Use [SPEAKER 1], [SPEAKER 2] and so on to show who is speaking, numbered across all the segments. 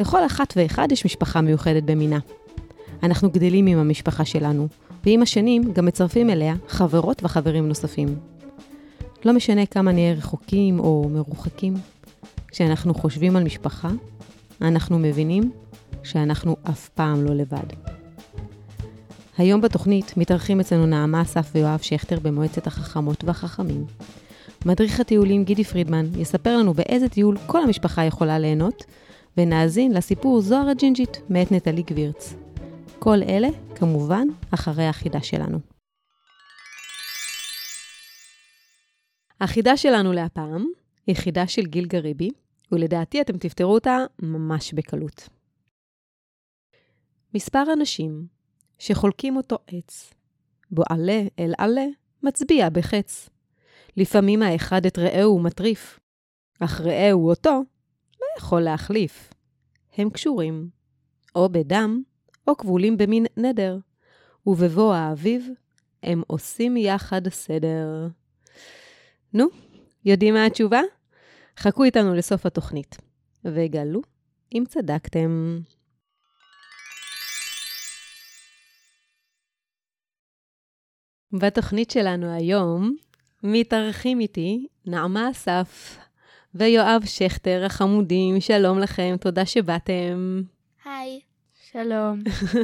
[SPEAKER 1] לכל אחת ואחד יש משפחה מיוחדת במינה. אנחנו גדלים עם המשפחה שלנו, ועם השנים גם מצרפים אליה חברות וחברים נוספים. לא משנה כמה נהיה רחוקים או מרוחקים, כשאנחנו חושבים על משפחה, אנחנו מבינים שאנחנו אף פעם לא לבד. היום בתוכנית מתארחים אצלנו נעמה אסף ויואב שכטר במועצת החכמות והחכמים. מדריך הטיולים גידי פרידמן יספר לנו באיזה טיול כל המשפחה יכולה ליהנות, ונאזין לסיפור זוהר הג'ינג'ית מאת נטלי גבירץ. כל אלה, כמובן, אחרי החידה שלנו. החידה שלנו להפעם היא חידה של גיל גריבי, ולדעתי אתם תפתרו אותה ממש בקלות. מספר אנשים שחולקים אותו עץ, בו עלה אל עלה מצביע בחץ. לפעמים האחד את רעהו מטריף, אך רעהו אותו לא יכול להחליף. הם קשורים, או בדם, או כבולים במין נדר, ובבוא האביב הם עושים יחד סדר. נו, יודעים מה התשובה? חכו איתנו לסוף התוכנית, וגלו אם צדקתם. בתוכנית שלנו היום מתארחים איתי נעמה אסף ויואב שכטר החמודים. שלום לכם, תודה שבאתם.
[SPEAKER 2] היי. שלום.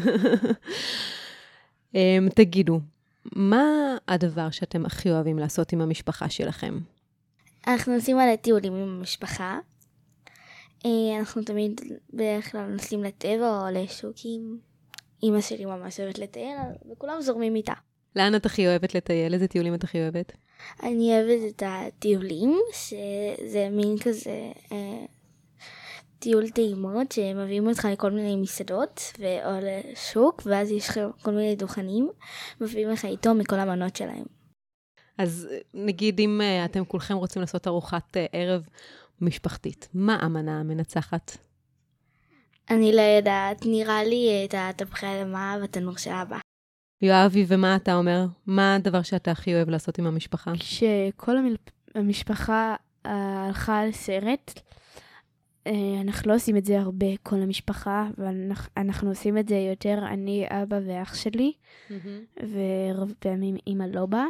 [SPEAKER 1] תגידו, מה הדבר שאתם הכי אוהבים לעשות עם המשפחה שלכם?
[SPEAKER 2] אנחנו נוסעים על הטיולים עם המשפחה. אנחנו תמיד בדרך כלל נוסעים לטבע או לשוקים. אמא שלי ממש אוהבת לטייל, וכולם זורמים איתה.
[SPEAKER 1] לאן את הכי אוהבת לטייל? איזה טיולים את הכי אוהבת?
[SPEAKER 2] אני אוהבת את הטיולים, שזה מין כזה טיול טעימות, שמביאים אותך לכל מיני מסעדות או לשוק, ואז יש כל מיני דוכנים, מביאים לך איתו מכל המנות שלהם.
[SPEAKER 1] אז נגיד אם אתם כולכם רוצים לעשות ארוחת ערב משפחתית, מה המנה המנצחת?
[SPEAKER 2] אני לא יודעת, נראה לי את התפוחי אדמה בתנור של אבא.
[SPEAKER 1] יואבי, ומה אתה אומר? מה הדבר שאתה הכי אוהב לעשות עם המשפחה?
[SPEAKER 3] כשכל המשפחה הלכה לסרט, אנחנו לא עושים את זה הרבה, כל המשפחה, ואנחנו עושים את זה יותר אני, אבא ואח שלי, ורוב פעמים אמא לא באה.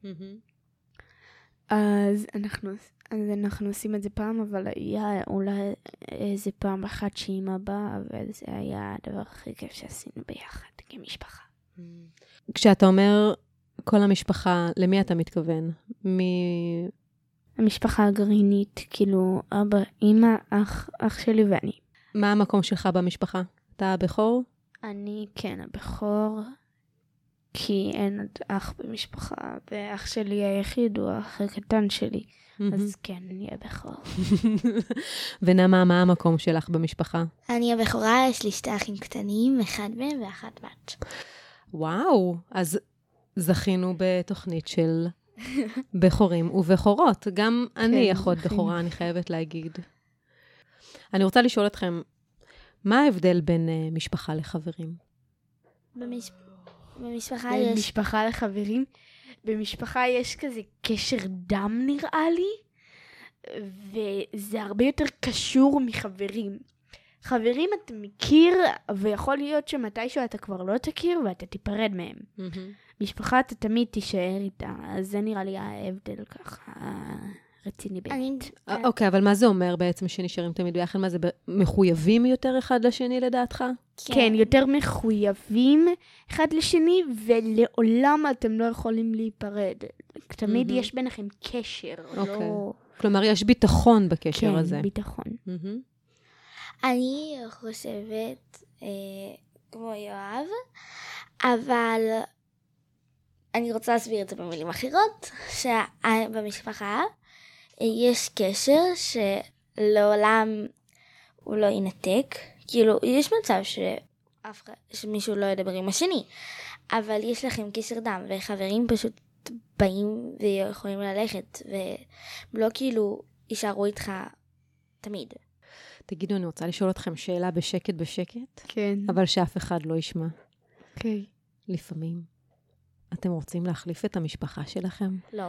[SPEAKER 3] אז אנחנו עושים את זה פעם, אבל היה אולי איזה פעם אחת שאמא באה, וזה היה הדבר הכי כיף שעשינו ביחד כמשפחה.
[SPEAKER 1] כשאתה אומר כל המשפחה, למי אתה מתכוון?
[SPEAKER 3] המשפחה הגרעינית, כאילו אבא, אמא, אח שלי ואני.
[SPEAKER 1] מה המקום שלך במשפחה? אתה הבכור?
[SPEAKER 3] אני כן הבכור, כי אין עוד אח במשפחה, ואח שלי היחיד הוא האח הקטן שלי. אז כן, אני הבכור.
[SPEAKER 1] ונעמה, מה המקום שלך במשפחה?
[SPEAKER 2] אני הבכורה, יש לי שתי אחים קטנים, אחד בן ואחת בת.
[SPEAKER 1] וואו, אז זכינו בתוכנית של בכורים ובכורות. גם אני אחות בכורה, אני חייבת להגיד. אני רוצה לשאול אתכם, מה ההבדל בין משפחה לחברים?
[SPEAKER 2] במשפחה יש...
[SPEAKER 3] משפחה לחברים, במשפחה יש כזה קשר דם נראה לי, וזה הרבה יותר קשור מחברים. חברים אתה מכיר, ויכול להיות שמתישהו אתה כבר לא תכיר, ואתה תיפרד מהם. משפחה אתה תמיד תישאר איתה, אז זה נראה לי ההבדל ככה רציני באמת.
[SPEAKER 1] אוקיי, אבל מה זה אומר בעצם שנשארים תמיד ביחד? מה זה, מחויבים יותר אחד לשני לדעתך?
[SPEAKER 3] כן, יותר מחויבים אחד לשני, ולעולם אתם לא יכולים להיפרד. תמיד יש ביניכם קשר.
[SPEAKER 1] כלומר, יש ביטחון בקשר הזה.
[SPEAKER 3] כן, ביטחון.
[SPEAKER 2] אני חושבת כמו יואב, אבל אני רוצה להסביר את זה במילים אחרות, שבמשפחה יש קשר שלעולם הוא לא ינתק, כאילו יש מצב שמישהו לא ידבר עם השני, אבל יש לכם קשר דם, וחברים פשוט באים ויכולים ללכת, ולא כאילו יישארו איתך תמיד.
[SPEAKER 1] תגידו, אני רוצה לשאול אתכם שאלה בשקט.
[SPEAKER 3] כן.
[SPEAKER 1] אבל שאף אחד לא ישמע.
[SPEAKER 3] אוקיי.
[SPEAKER 1] לפעמים, אתם רוצים להחליף את המשפחה שלכם?
[SPEAKER 2] לא.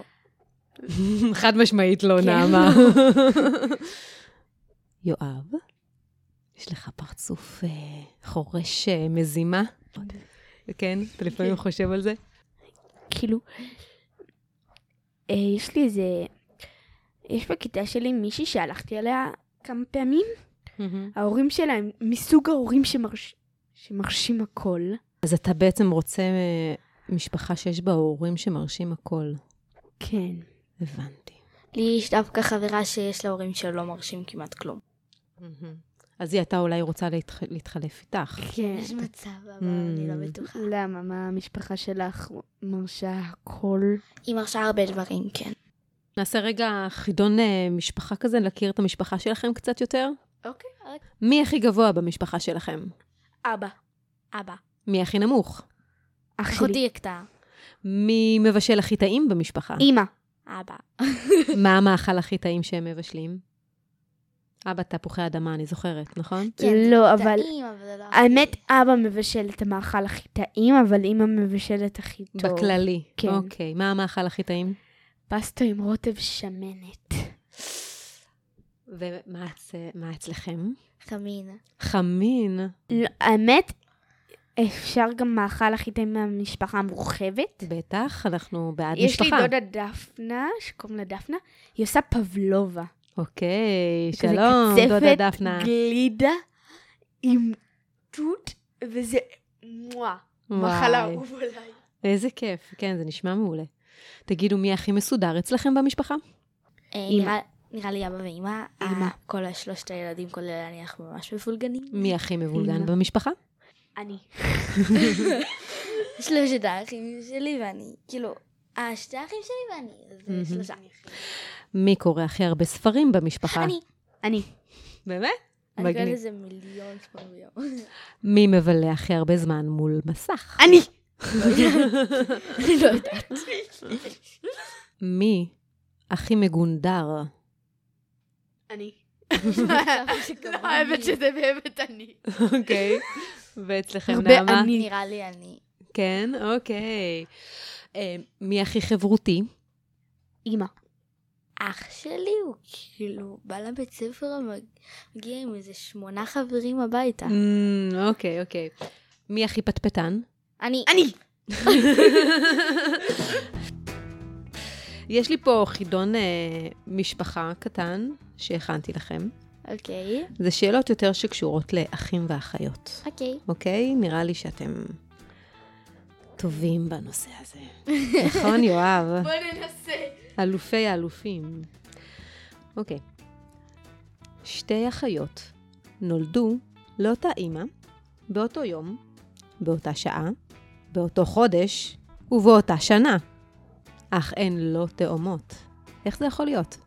[SPEAKER 1] חד משמעית לא, נעמה. יואב? יש לך פרצוף חורש מזימה. כן? אתה לפעמים חושב על זה?
[SPEAKER 3] כאילו, יש לי איזה... יש בכיתה שלי מישהי שהלכתי עליה כמה פעמים. ההורים שלה הם מסוג ההורים שמרשים הכל.
[SPEAKER 1] אז אתה בעצם רוצה משפחה שיש בה הורים שמרשים הכל.
[SPEAKER 3] כן.
[SPEAKER 1] הבנתי.
[SPEAKER 2] לי יש דווקא חברה שיש לה הורים שלא מרשים כמעט כלום.
[SPEAKER 1] אז היא הייתה אולי רוצה להתחלף איתך.
[SPEAKER 3] כן.
[SPEAKER 2] יש מצב, אבל אני לא בטוחה.
[SPEAKER 3] למה? מה המשפחה שלך מרשה הכל?
[SPEAKER 2] היא מרשה הרבה דברים, כן.
[SPEAKER 1] נעשה רגע חידון משפחה כזה, להכיר את המשפחה שלכם קצת יותר.
[SPEAKER 3] אוקיי.
[SPEAKER 1] מי הכי גבוה במשפחה שלכם?
[SPEAKER 3] אבא.
[SPEAKER 2] אבא.
[SPEAKER 1] מי הכי נמוך?
[SPEAKER 3] אח שלי.
[SPEAKER 2] אחותי יקטע.
[SPEAKER 1] מי מבשל הכי טעים במשפחה?
[SPEAKER 3] אמא.
[SPEAKER 2] אבא.
[SPEAKER 1] מה המאכל הכי טעים שהם מבשלים? אבא תפוחי אדמה, אני זוכרת, נכון?
[SPEAKER 2] כן,
[SPEAKER 3] לא,
[SPEAKER 2] זה
[SPEAKER 3] אבל...
[SPEAKER 2] טעים, אבל זה לא...
[SPEAKER 3] האמת, אבא מבשל את המאכל הכי טעים, אבל אמא מבשלת הכי טוב.
[SPEAKER 1] בכללי.
[SPEAKER 3] כן.
[SPEAKER 1] אוקיי, מה המאכל הכי טעים?
[SPEAKER 3] פסטה עם רוטב שמנת.
[SPEAKER 1] ומה אצלכם?
[SPEAKER 2] חמין.
[SPEAKER 1] חמין.
[SPEAKER 3] לא, האמת, אפשר גם מאכל הכי טעים מהמשפחה המורחבת.
[SPEAKER 1] בטח, אנחנו בעד
[SPEAKER 3] יש
[SPEAKER 1] משפחה.
[SPEAKER 3] לי דודה דפנה, שקוראים לה דפנה, היא עושה פבלובה.
[SPEAKER 1] אוקיי,
[SPEAKER 3] כזה
[SPEAKER 1] שלום, דודה
[SPEAKER 3] קצפת,
[SPEAKER 1] דפנה.
[SPEAKER 3] גלידה עם תות, וזה מאכל אהוב עליי.
[SPEAKER 1] איזה כיף, כן, זה נשמע מעולה. תגידו, מי הכי מסודר אצלכם במשפחה?
[SPEAKER 2] נראה לי אבא ואמא.
[SPEAKER 3] אמא.
[SPEAKER 2] כל שלושת הילדים, כולל אנחנו ממש מפולגנים.
[SPEAKER 1] מי הכי מבולגן
[SPEAKER 3] אמא.
[SPEAKER 1] במשפחה?
[SPEAKER 3] אני.
[SPEAKER 2] שלושת האחים שלי ואני. כאילו, שתי האחים שלי ואני. זה שלושה.
[SPEAKER 1] מי קורא הכי הרבה ספרים במשפחה?
[SPEAKER 3] אני.
[SPEAKER 1] באמת?
[SPEAKER 2] אני קוראת
[SPEAKER 1] מגניב.
[SPEAKER 2] לזה מיליון ספרים ביום.
[SPEAKER 1] מי מבלה הכי הרבה זמן מול מסך?
[SPEAKER 3] אני.
[SPEAKER 2] אני לא יודעת.
[SPEAKER 1] מי הכי מגונדר?
[SPEAKER 3] אני. לא אוהבת שזה באמת אני.
[SPEAKER 1] אוקיי. ואצלכם
[SPEAKER 3] הרבה
[SPEAKER 1] נעמה?
[SPEAKER 3] אני.
[SPEAKER 2] נראה לי אני.
[SPEAKER 1] כן, אוקיי. מי הכי חברותי?
[SPEAKER 3] אמא.
[SPEAKER 2] אח שלי הוא כאילו בא לבית ספר, מגיע עם איזה 8 חברים הביתה.
[SPEAKER 1] אוקיי, אוקיי. מי הכי פטפטן?
[SPEAKER 2] אני.
[SPEAKER 1] יש לי פה חידון משפחה קטן שהכנתי לכם.
[SPEAKER 2] אוקיי.
[SPEAKER 1] זה שאלות יותר שקשורות לאחים ואחיות.
[SPEAKER 2] אוקיי.
[SPEAKER 1] אוקיי? נראה לי שאתם טובים בנושא הזה. נכון, יואב?
[SPEAKER 3] בוא ננסה.
[SPEAKER 1] אלופי האלופים. אוקיי. שתי אחיות נולדו לאותה אימא, באותו יום, באותה שעה, באותו חודש ובאותה שנה. אך הן לא תאומות. איך זה יכול להיות?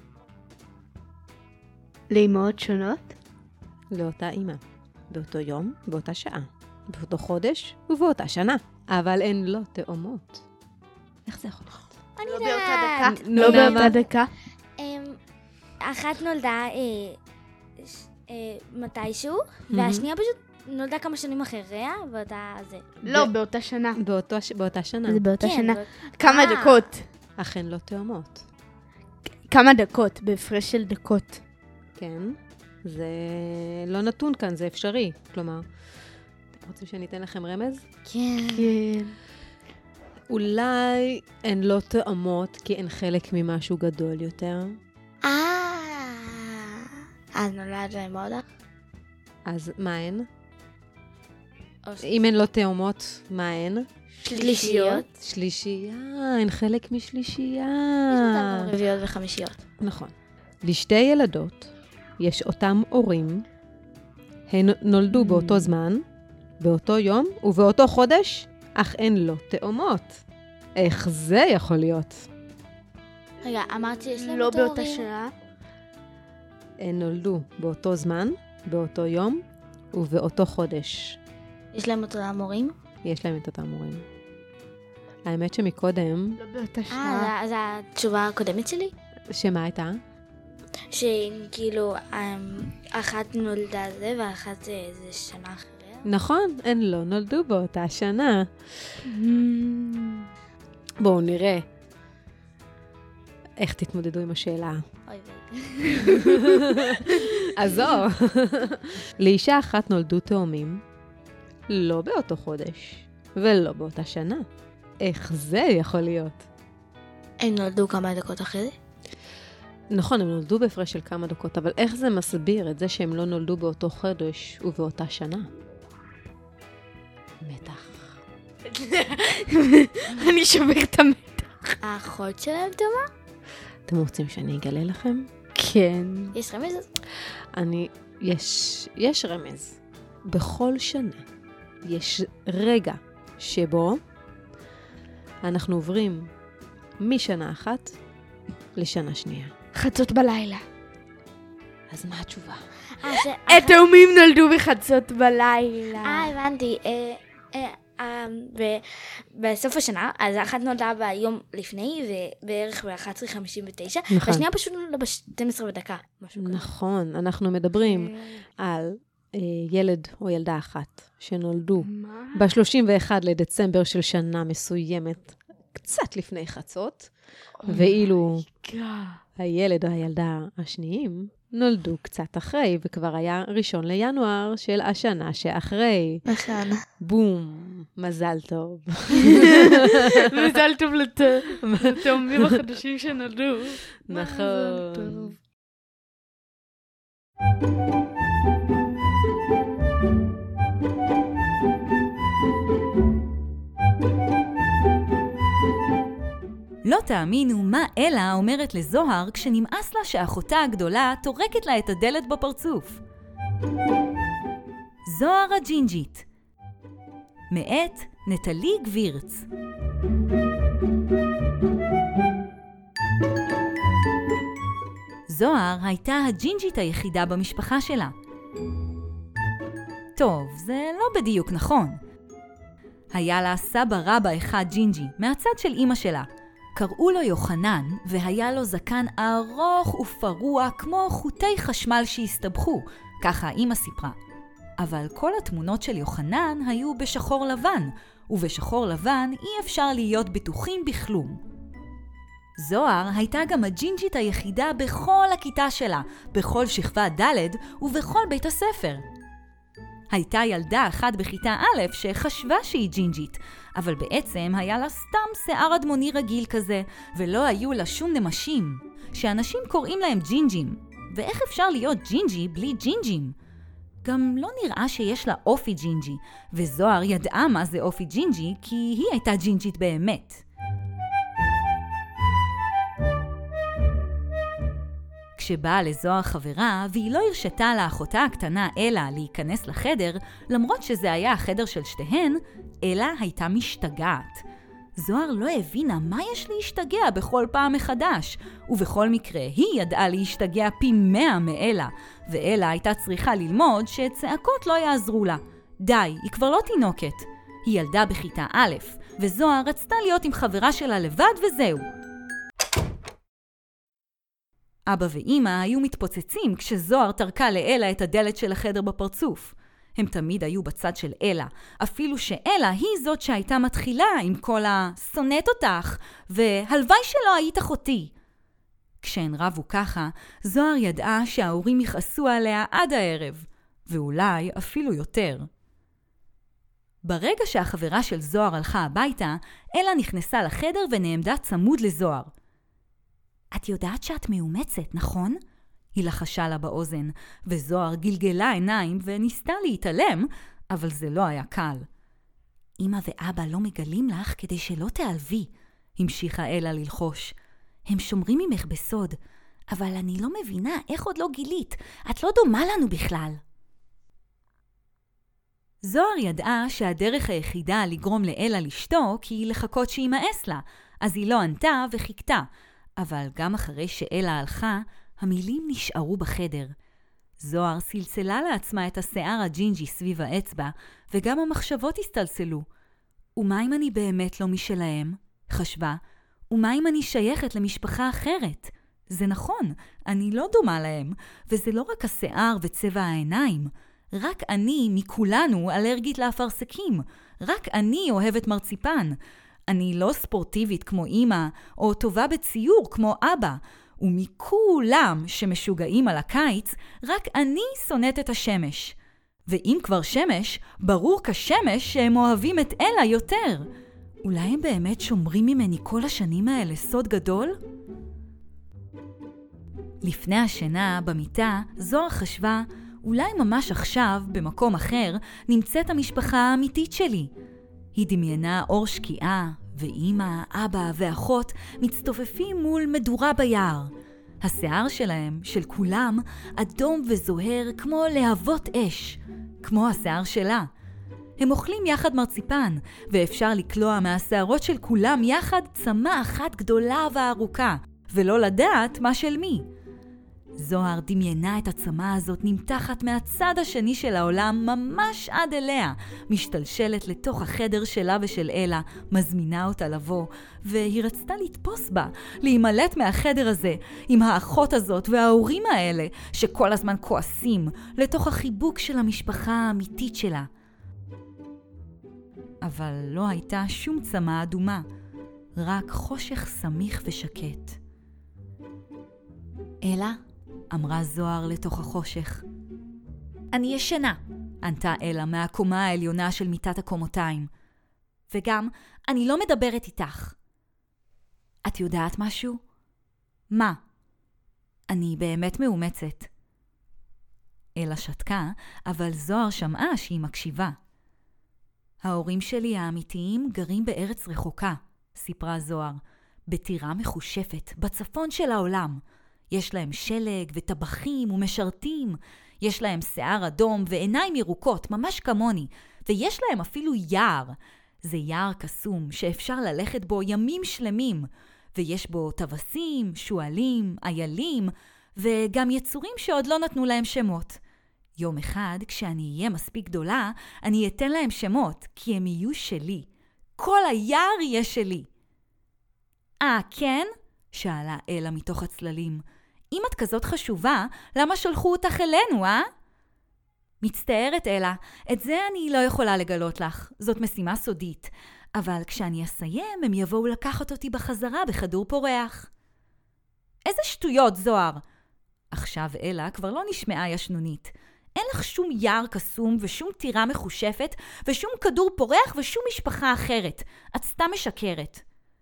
[SPEAKER 3] לאמהות שונות?
[SPEAKER 1] לאותה אימא, באותו יום, באותה שעה, באותו חודש ובאותה שנה. אבל הן לא תאומות. איך זה יכול להיות?
[SPEAKER 2] אני
[SPEAKER 3] לא
[SPEAKER 2] יודעת.
[SPEAKER 3] באותה דקה. לא באותה דקה.
[SPEAKER 2] אחת נולדה מתישהו, והשנייה פשוט נולדה כמה שנים אחריה, ואותה זה.
[SPEAKER 3] לא, באותה שנה.
[SPEAKER 1] באותה שנה.
[SPEAKER 3] זה באותה
[SPEAKER 2] כן,
[SPEAKER 3] שנה. כמה דקות.
[SPEAKER 1] אך הן לא תאומות.
[SPEAKER 3] כמה דקות, בהפרש של דקות.
[SPEAKER 1] כן, זה לא נתון כאן, זה אפשרי. כלומר, אתם רוצים שאני אתן לכם רמז?
[SPEAKER 2] כן.
[SPEAKER 3] כן.
[SPEAKER 1] אולי הן לא תאומות כי הן חלק ממשהו גדול יותר.
[SPEAKER 2] אז נולד להם עוד אח?
[SPEAKER 1] אז מה הן?
[SPEAKER 2] או
[SPEAKER 1] אם הן לא תאומות, מה הן?
[SPEAKER 2] שלישיות.
[SPEAKER 1] שלישייה, הן חלק משלישייה.
[SPEAKER 2] יש אותם גם רביעיות וחמישיות.
[SPEAKER 1] נכון. לשתי ילדות יש אותם הורים, הן נולדו באותו זמן, באותו יום ובאותו חודש, אך הן לא תאומות. איך זה יכול להיות?
[SPEAKER 2] רגע, אמרת שיש להם
[SPEAKER 3] לא
[SPEAKER 2] אותו
[SPEAKER 3] באותה
[SPEAKER 2] הורים?
[SPEAKER 3] שנה.
[SPEAKER 1] הן נולדו באותו זמן, באותו יום ובאותו חודש.
[SPEAKER 2] יש להם אותם הורים?
[SPEAKER 1] יש להם את אותם הורים. האמת שמקודם,
[SPEAKER 3] לא באותה שנה.
[SPEAKER 2] זה התשובה הקודמת שלי?
[SPEAKER 1] שמה הייתה?
[SPEAKER 2] שכאילו, אחת נולדה זה, ואחת זה שנה אחריה.
[SPEAKER 1] נכון, הן לא נולדו באותה שנה. בואו נראה איך תתמודדו עם השאלה.
[SPEAKER 2] אוי ויי.
[SPEAKER 1] אז זו. לאישה אחת נולדו תאומים, לא באותו חודש, ולא באותה שנה. איך זה יכול להיות?
[SPEAKER 2] הם נולדו כמה דקות אחרי זה?
[SPEAKER 1] נכון, הם נולדו בהפרש של כמה דקות, אבל איך זה מסביר את זה שהם לא נולדו באותו חודש ובאותה שנה? מתח.
[SPEAKER 3] אני שובר את המתח.
[SPEAKER 2] האחות שלהם תאומה?
[SPEAKER 1] אתם רוצים שאני אגלה לכם?
[SPEAKER 3] כן.
[SPEAKER 2] יש רמז?
[SPEAKER 1] יש רמז. בכל שנה יש רגע שבו אנחנו עוברים משנה אחת לשנה שנייה.
[SPEAKER 3] חצות בלילה.
[SPEAKER 1] אז מה התשובה?
[SPEAKER 3] התאומים נולדו בחצות בלילה.
[SPEAKER 2] הבנתי. בסוף השנה, אז האחת נולדה ביום לפני, ובערך ב-11:59, והשנייה פשוט נולדה ב-12 ודקה.
[SPEAKER 1] נכון, אנחנו מדברים על ילד או ילדה אחת שנולדו ב-31 לדצמבר של שנה מסוימת, קצת לפני חצות, ואילו הילד או הילדה השניים נולדו קצת אחרי, וכבר היה 1 לינואר של השנה שאחרי.
[SPEAKER 2] נכון.
[SPEAKER 1] בום, מזל טוב.
[SPEAKER 3] מזל טוב לתאומים החדשים שנולדו.
[SPEAKER 1] נכון.
[SPEAKER 4] לא תאמינו מה אלה אומרת לזוהר כשנמאס לה שאחותה הגדולה טורקת לה את הדלת בפרצוף. זוהר הג'ינג'ית, מאת נטלי גבירץ. זוהר הייתה הג'ינג'ית היחידה במשפחה שלה. טוב, זה לא בדיוק נכון. היה לה סבא רבא אחד ג'ינג'י, מהצד של אמא שלה. קראו לו יוחנן, והיה לו זקן ארוך ופרוע כמו חוטי חשמל שהסתבכו, ככה אמא סיפרה. אבל כל התמונות של יוחנן היו בשחור לבן, ובשחור לבן אי אפשר להיות בטוחים בכלום. זוהר הייתה גם הג'ינג'ית היחידה בכל הכיתה שלה, בכל שכבה ד' ובכל בית הספר. הייתה ילדה אחת בכיתה א' שחשבה שהיא ג'ינג'ית, אבל בעצם היה לה סתם שיער אדמוני רגיל כזה, ולא היו לה שום נמשים, שאנשים קוראים להם ג'ינג'ים. ואיך אפשר להיות ג'ינג'י בלי ג'ינג'ים? גם לא נראה שיש לה אופי ג'ינג'י, וזוהר ידעה מה זה אופי ג'ינג'י, כי היא הייתה ג'ינג'ית באמת. כשבאה לזוהר חברה, והיא לא הרשתה לאחותה הקטנה אלה להיכנס לחדר, למרות שזה היה החדר של שתיהן, אלה הייתה משתגעת. זוהר לא הבינה מה יש להשתגע בכל פעם מחדש, ובכל מקרה היא ידעה להשתגע פי 100 מאלה, ואלה הייתה צריכה ללמוד שצעקות לא יעזרו לה. די, היא כבר לא תינוקת. היא ילדה בכיתה א', וזוהר רצתה להיות עם חברה שלה לבד וזהו. אבא ואמא היו מתפוצצים כשזוהר תרקה לאלה את הדלת של החדר בפרצוף. הם תמיד היו בצד של אלה, אפילו שאלה היא זאת שהייתה מתחילה עם כל השונאת אותך, והלוואי שלא היית אחותי. כשהן רבו ככה, זוהר ידעה שההורים יכעסו עליה עד הערב, ואולי אפילו יותר. ברגע שהחברה של זוהר הלכה הביתה, אלה נכנסה לחדר ונעמדה צמוד לזוהר. את יודעת שאת מאומצת, נכון? היא לחשה לה באוזן, וזוהר גלגלה עיניים וניסתה להתעלם, אבל זה לא היה קל. אמא ואבא לא מגלים לך כדי שלא תעלבי, המשיכה אלה ללחוש. הם שומרים ממך בסוד, אבל אני לא מבינה איך עוד לא גילית, את לא דומה לנו בכלל. זוהר ידעה שהדרך היחידה לגרום לאלה לשתוק היא לחכות שימאס לה, אז היא לא ענתה וחיכתה, אבל גם אחרי שאלה הלכה, המילים נשארו בחדר. זוהר סלסלה לעצמה את השיער הג'ינג'י סביב האצבע, וגם המחשבות הסתלסלו. ומה אם אני באמת לא משלהם? חשבה. ומה אם אני שייכת למשפחה אחרת? זה נכון, אני לא דומה להם, וזה לא רק השיער וצבע העיניים. רק אני מכולנו אלרגית לאפרסקים. רק אני אוהבת מרציפן. אני לא ספורטיבית כמו אמא, או טובה בציור כמו אבא. ומכולם שמשוגעים על הקיץ, רק אני שונאת את השמש. ואם כבר שמש, ברור כשמש שהם אוהבים את אלה יותר. אולי הם באמת שומרים ממני כל השנים האלה סוד גדול? לפני השינה, במיטה, זוהר חשבה, אולי ממש עכשיו, במקום אחר, נמצאת המשפחה האמיתית שלי. היא דמיינה אור שקיעה, ואמא, אבא ואחות מצטופפים מול מדורה ביער. השיער שלהם, של כולם, אדום וזוהר כמו להבות אש, כמו השיער שלה. הם אוכלים יחד מרציפן, ואפשר לקלוע מהשערות של כולם יחד צמה אחת גדולה וארוכה, ולא לדעת מה של מי. זוהר דמיינה את הצמה הזאת נמתחת מהצד השני של העולם ממש עד אליה, משתלשלת לתוך החדר שלה ושל אלה, מזמינה אותה לבוא, והיא רצתה לתפוס בה, להימלט מהחדר הזה, עם האחות הזאת וההורים האלה, שכל הזמן כועסים, לתוך החיבוק של המשפחה האמיתית שלה. אבל לא הייתה שום צמה אדומה, רק חושך סמיך ושקט. אלה? אמרה זוהר לתוך החושך. אני ישנה, ענתה אלה מהקומה העליונה של מיטת הקומותיים. וגם, אני לא מדברת איתך. את יודעת משהו? מה? אני באמת מאומצת. אלה שתקה, אבל זוהר שמעה שהיא מקשיבה. ההורים שלי האמיתיים גרים בארץ רחוקה, סיפרה זוהר, בטירה מחושפת, בצפון של העולם. יש להם שלג וטבחים ומשרתים, יש להם שיער אדום ועיניים ירוקות, ממש כמוני, ויש להם אפילו יער. זה יער קסום שאפשר ללכת בו ימים שלמים, ויש בו טווסים, שואלים, איילים, וגם יצורים שעוד לא נתנו להם שמות. יום אחד, כשאני אהיה מספיק גדולה, אני אתן להם שמות, כי הם יהיו שלי. כל היער יהיה שלי. כן? שאלה אלה מתוך הצללים. אם את כזאת חשובה, למה שלחו אותך אלינו, מצטערת אלה, את זה אני לא יכולה לגלות לך, זאת משימה סודית. אבל כשאני אסיים, הם יבואו לקחת אותי בחזרה בכדור פורח. איזה שטויות, זוהר! עכשיו אלה כבר לא נשמעה ישנונית. אין לך שום יער קסום ושום טירה מחושפת ושום כדור פורח ושום משפחה אחרת. את סתם משקרת.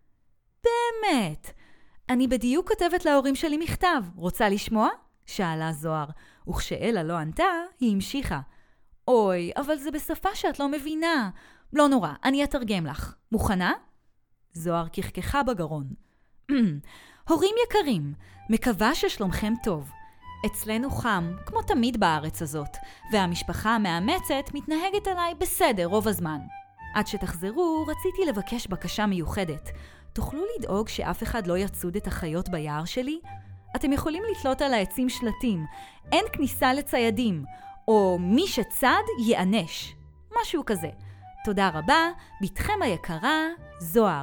[SPEAKER 4] באמת? אני בדיוק כותבת להורים שלי מכתב. רוצה לשמוע? שאלה זוהר. וכשאלה לא ענתה, היא המשיכה. אוי, אבל זה בשפה שאת לא מבינה. לא נורא, אני אתרגם לך. מוכנה? זוהר כחככה בגרון. הורים יקרים, מקווה ששלומכם טוב. אצלנו חם, כמו תמיד בארץ הזאת, והמשפחה המאמצת מתנהגת עליי בסדר רוב הזמן. עד שתחזרו, רציתי לבקש בקשה מיוחדת. תוכלו לדאוג שאף אחד לא יצוד את החיות ביער שלי? אתם יכולים לתלות על העצים שלטים, אין כניסה לציידים, או מי שצד יענש. משהו כזה. תודה רבה, בתכם היקרה, זוהר.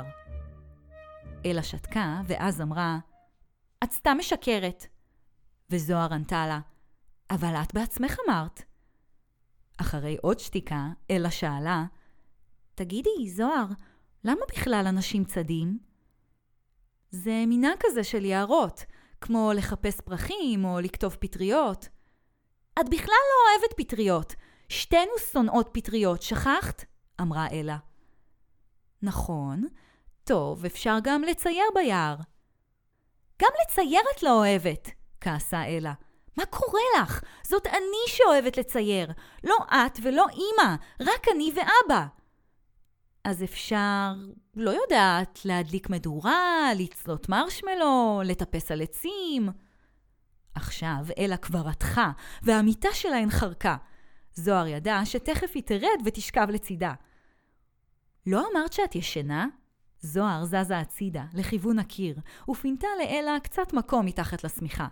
[SPEAKER 4] אלה שתקה, ואז אמרה, את סתם משקרת. וזוהר ענתה לה, אבל את בעצמך אמרת. אחרי עוד שתיקה, אלה שאלה, תגידי, זוהר, למה בכלל אנשים צדים? זה מינה כזה של יערות, כמו לחפש פרחים או לכתוב פטריות. את בכלל לא אוהבת פטריות. שתינו שונאות פטריות, שכחת? אמרה אלה. נכון, טוב, אפשר גם לצייר ביער. גם לצייר את לא אוהבת, כעסה אלה. מה קורה לך? זאת אני שאוהבת לצייר. לא את ולא אמא, רק אני ואבא. אז אפשר, לא יודעת, להדליק מדורה, לצלות מרשמלו, לטפס על עצים. עכשיו אלה כבר רתחה, והמיטה שלהן חרקה. זוהר ידע שתכף היא תרד ותשכב לצידה. לא אמרת שאת ישנה? זוהר זזה הצידה, לכיוון הקיר, ופינתה לאלה קצת מקום מתחת לשמיכה.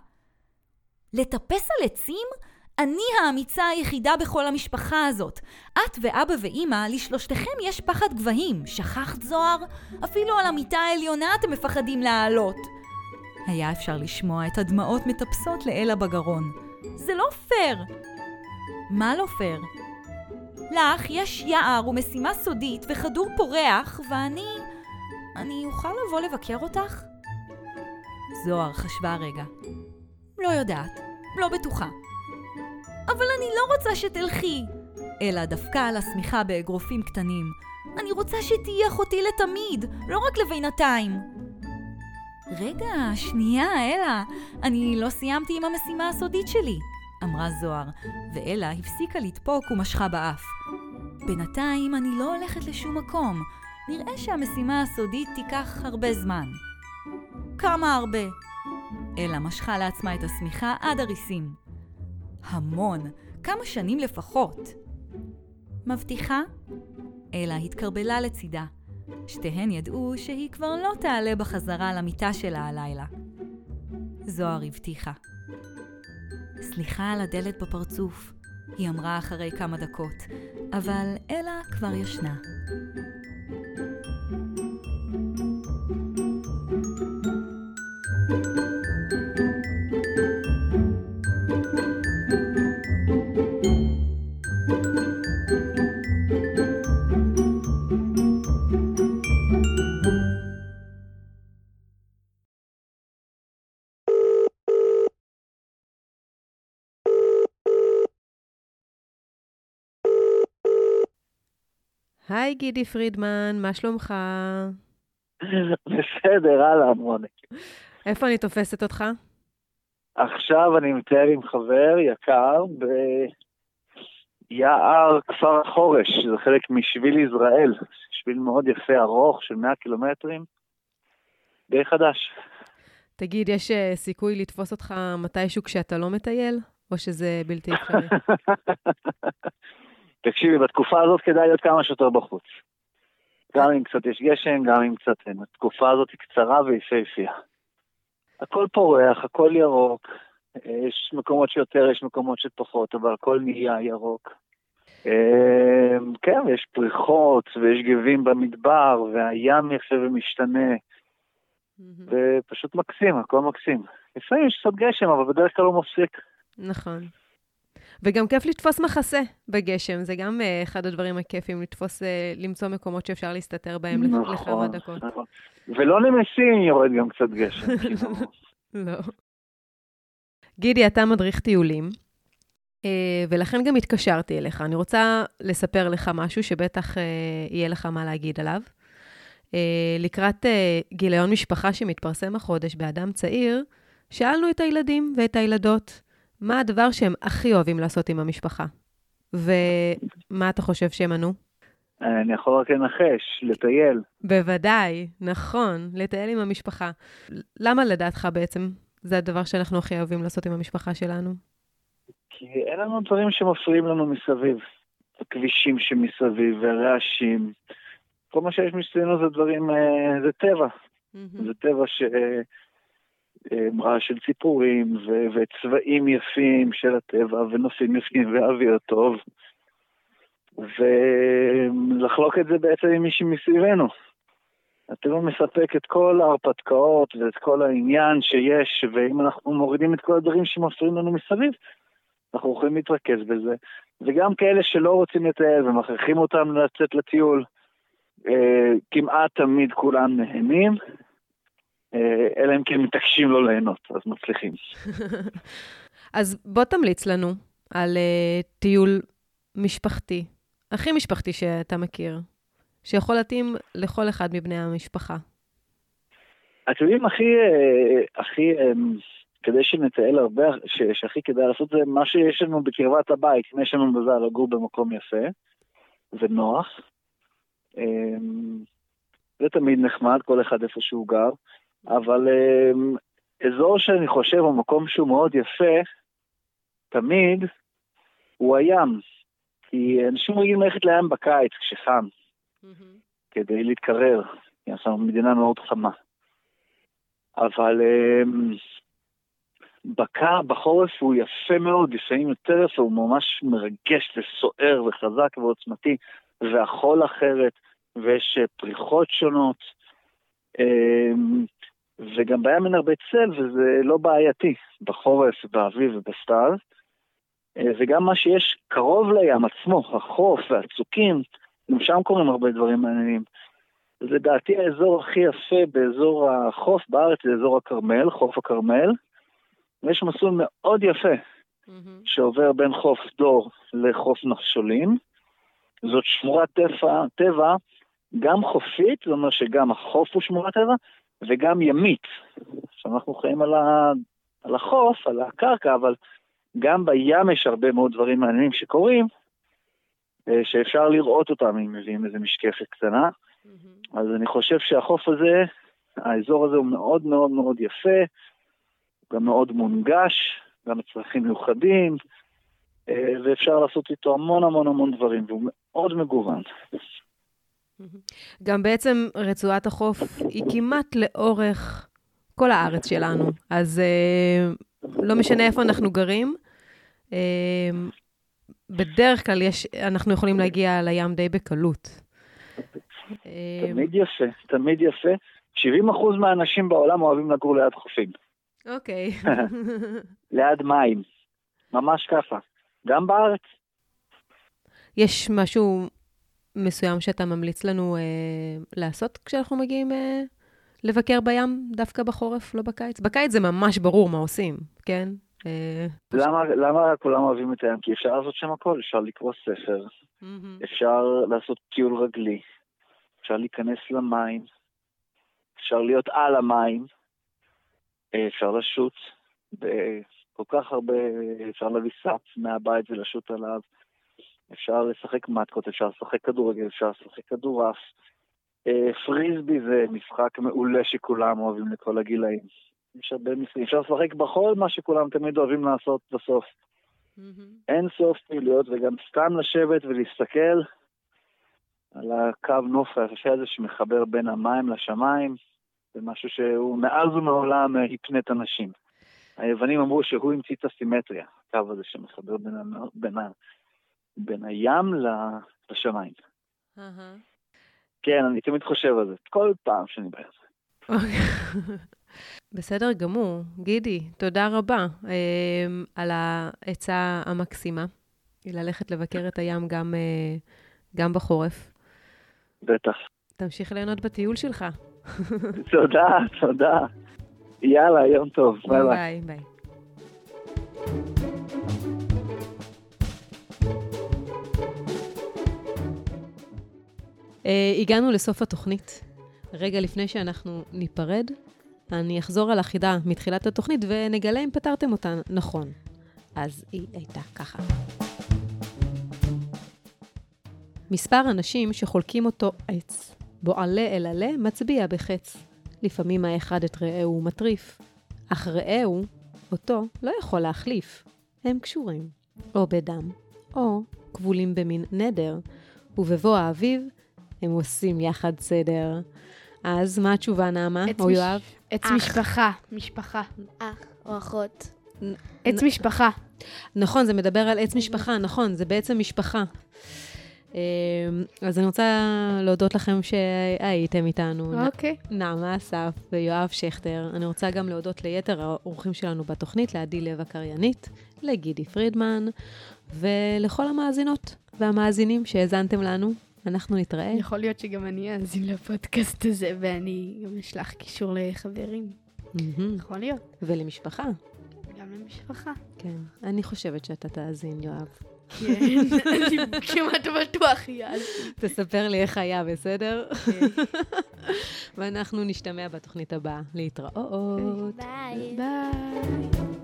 [SPEAKER 4] לטפס על עצים? אני האמיצה היחידה בכל המשפחה הזאת. את ואבא ואמא, לשלושתכם יש פחד גבהים. שכחת, זוהר? אפילו על המיטה העליונה אתם מפחדים לעלות. היה אפשר לשמוע את הדמעות מטפסות לאלה בגרון. זה לא פייר. מה לא פייר? לך יש יער ומשימה סודית וכדור פורח, ואני אוכל לבוא לבקר אותך? זוהר חשבה רגע. לא יודעת, לא בטוחה. אבל אני לא רוצה שתלכי. אלה דפקה על השמיכה באגרופים קטנים. אני רוצה שתהיה אחותי לתמיד, לא רק לבינתיים. רגע, שנייה, אלה. אני לא סיימתי עם המשימה הסודית שלי, אמרה זוהר, ואלה הפסיקה לדפוק ומשכה באף. בינתיים אני לא הולכת לשום מקום. נראה שהמשימה הסודית תיקח הרבה זמן. כמה הרבה? אלה משכה לעצמה את השמיכה עד הריסים. המון, כמה שנים לפחות. מבטיחה? אלה התקרבלה לצידה. שתיהן ידעו שהיא כבר לא תעלה בחזרה למיטה שלה הלילה. זוהר הבטיחה. סליחה על הדלת בפרצוף, היא אמרה אחרי כמה דקות, אבל אלה כבר ישנה.
[SPEAKER 1] היי גידי פרידמן, מה שלומך?
[SPEAKER 5] בסדר, הלאה, מוני.
[SPEAKER 1] איפה אני תופסת אותך?
[SPEAKER 5] עכשיו אני מטייל עם חבר יקר ביער כפר החורש, זה חלק משביל יזרעאל, שביל מאוד יפה, ארוך של 100 קילומטרים, די חדש.
[SPEAKER 1] תגיד, יש סיכוי לתפוס אותך מתישהו כשאתה לא מטייל? או שזה בלתי אפשרי?
[SPEAKER 5] תקשיבי, בתקופה הזאת כדאי להיות כמה שיותר בחוץ. גם אם קצת יש גשם, גם אם קצת אין. התקופה הזאת היא קצרה ויפהפייה. הכל פורח, הכל ירוק. יש מקומות שיותר, יש מקומות שפחות, אבל הכל נהיה ירוק. כן, יש פריחות ויש גבים במדבר, והים יפה ומשתנה. ופשוט מקסים, הכל מקסים. לפעמים יש קצת גשם, אבל בדרך כלל הוא מפסיק.
[SPEAKER 1] נכון. וגם כיף לתפוס מחסה בגשם, זה גם אחד הדברים הכיפים, למצוא מקומות שאפשר להסתתר בהם לכמה דקות.
[SPEAKER 5] נכון. ולא נמסים יורד גם קצת גשם.
[SPEAKER 1] לא. גידי, אתה מדריך טיולים, ולכן גם התקשרתי אליך. אני רוצה לספר לך משהו שבטח יהיה לך מה להגיד עליו. לקראת גיליון משפחה שמתפרסם החודש באדם צעיר, שאלנו את הילדים ואת הילדות, מה הדבר שהם הכי אוהבים לעשות עם המשפחה? ומה אתה חושב שהם ענו?
[SPEAKER 5] אני יכול רק לנחש, לטייל.
[SPEAKER 1] בוודאי, נכון, לטייל עם המשפחה. למה לדעתך בעצם זה הדבר שאנחנו הכי אוהבים לעשות עם המשפחה שלנו?
[SPEAKER 5] כי אין לנו דברים שמפריעים לנו מסביב. הכבישים שמסביב והרעשים. כל מה שיש מסביבנו זה דברים, זה טבע. זה טבע רעש של ציפורים וצבעים יפים של הטבע ונופים יפים ואוויר טוב ולחלוק את זה בעצם עם מישהו מסביבנו. הטבע מספק את כל ההרפתקאות ואת כל העניין שיש, ואם אנחנו מורידים את כל הדברים שמפריעים לנו מסביב, אנחנו יכולים להתרכז בזה. וגם כאלה שלא רוצים לטייל ומכריחים אותם לצאת לטיול, כמעט תמיד כולם נהנים, אלא אם כן מתעקשים לא ליהנות, אז מצליחים.
[SPEAKER 1] אז בוא תמליץ לנו על טיול משפחתי, הכי משפחתי שאתה מכיר, שיכול להתאים לכל אחד מבני המשפחה. הטיולים
[SPEAKER 5] הכי כדי שנטייל הרבה, שהכי כדאי לעשות זה מה שיש לנו בקרבת הבית, אם יש לנו מזל לגור במקום יפה ונוח. זה תמיד נחמד, כל אחד איפה שהוא גר. אבל אזור שאני חושב הוא מקום שהוא מאוד יפה, תמיד, הוא הים. כי אנשים רגילים ללכת לים בקיץ כשחם, כדי להתקרר. אנחנו מדינה מאוד חמה. אבל בחורף הוא יפה מאוד, לפעמים יותר יפה, הוא ממש מרגש וסוער וחזק ועוצמתי, והחול אחרת, ויש פריחות שונות, וגם בים אין הרבה צל, וזה לא בעייתי, בחורף, באביב ובסתיו, וגם מה שיש קרוב לים עצמו, החוף והצוקים, גם שם קוראים הרבה דברים מעניינים. לדעתי האזור הכי יפה באזור החוף בארץ זה אזור הכרמל, חוף הכרמל. ויש מסלול מאוד יפה שעובר בין חוף דור לחוף נחשולים. זאת שמורת טבע גם חופית, זאת אומרת שגם החוף הוא שמורת טבע, וגם ימית. עכשיו אנחנו חיים על החוף, על הקרקע, אבל גם בים יש הרבה מאוד דברים מעניינים שקורים, שאפשר לראות אותם אם מביאים איזה משקפת קטנה. אז אני חושב שהחוף הזה, האזור הזה הוא מאוד מאוד מאוד יפה, גם מאוד מונגש, גם צרכים מיוחדים, ואפשר לעשות איתו המון המון המון דברים, והוא מאוד מגוון.
[SPEAKER 1] גם בעצם רצועת החוף היא כמעט לאורך כל הארץ שלנו, אז לא משנה איפה אנחנו גרים, בדרך כלל אנחנו יכולים להגיע לים די בקלות.
[SPEAKER 5] תמיד יפה, תמיד יפה. 70% מהאנשים בעולם אוהבים לגור ליד חופים.
[SPEAKER 1] אוקיי.
[SPEAKER 5] ליד מים, ממש ככה. גם בארץ.
[SPEAKER 1] יש משהו מסוים שאתה ממליץ לנו לעשות כשאנחנו מגיעים לבקר בים, דווקא בחורף, לא בקיץ? בקיץ זה ממש ברור מה עושים, כן?
[SPEAKER 5] למה כולם אוהבים את הים? כי אפשר לעשות שם הכל, אפשר לקרוא ספר, אפשר לעשות טיול רגלי, אפשר להיכנס למים, אפשר להיות על המים, אפשר לשוט בכל כך הרבה, אפשר להביא סאפ מהבית ולשוט עליו, אפשר לשחק מתקות, אפשר לשחק כדורגל, אפשר לשחק כדורעף. פריסבי זה משחק מעולה שכולם אוהבים לכל הגילאים. אפשר לשחק בכל מה שכולם תמיד אוהבים לעשות בסוף. אין סוף פעילויות, וגם סתם לשבת ולהסתכל על הקו נוף היפה הזה שמחבר בין המים לשמיים, זה משהו שהוא מאז ומעולם הפנה את אנשים. היוונים אמרו שהוא המציא את הסימטריה, הקו הזה שמחבר בין הים לשמיים. כן, אני תמיד חושב על זה, כל פעם שאני בעיה.
[SPEAKER 1] בסדר גמור. גידי, תודה רבה על העצה המקסימה, ללכת לבקר את הים גם בחורף.
[SPEAKER 5] בטח.
[SPEAKER 1] תמשיך ליהנות בטיול שלך.
[SPEAKER 5] תודה, תודה. יאללה, יום טוב. ביי
[SPEAKER 1] ביי. ביי. הגענו לסוף התוכנית. רגע לפני שאנחנו ניפרד, אני אחזור על החידה מתחילת התוכנית ונגלה אם פתרתם אותה נכון. אז היא הייתה ככה. מספר אנשים שחולקים אותו עץ, בו עלה אל עלה מצביע בחץ. לפעמים האחד את רעהו מטריף, אך רעהו אותו לא יכול להחליף. הם קשורים, או בדם, או כבולים במין נדר, ובבוא האביב הם עושים יחד סדר. אז מה התשובה, נעמה או יואב?
[SPEAKER 3] עץ משפחה, משפחה.
[SPEAKER 2] אח או אחות.
[SPEAKER 3] עץ משפחה.
[SPEAKER 1] נכון, זה מדבר על עץ משפחה, נכון, זה בעצם משפחה. אז אני רוצה להודות לכם שהייתם איתנו.
[SPEAKER 3] אוקיי.
[SPEAKER 1] נעמה אסף ויואב שכטר. אני רוצה גם להודות ליתר האורחים שלנו בתוכנית, לעדי לב הקריינית, לגידי פרידמן, ולכל המאזינות והמאזינים שהאזנתם לנו. אנחנו נתראה.
[SPEAKER 3] יכול להיות שגם אני אאזין לפודקאסט הזה, ואני גם אשלח קישור לחברים. יכול להיות.
[SPEAKER 1] ולמשפחה.
[SPEAKER 3] גם למשפחה.
[SPEAKER 1] כן. אני חושבת שאתה תאזין, יואב.
[SPEAKER 3] כן, אני כמעט בטוח יאללה.
[SPEAKER 1] תספר לי איך היה, בסדר? ואנחנו נשתמע בתוכנית הבאה. להתראות.
[SPEAKER 2] ביי.
[SPEAKER 3] ביי.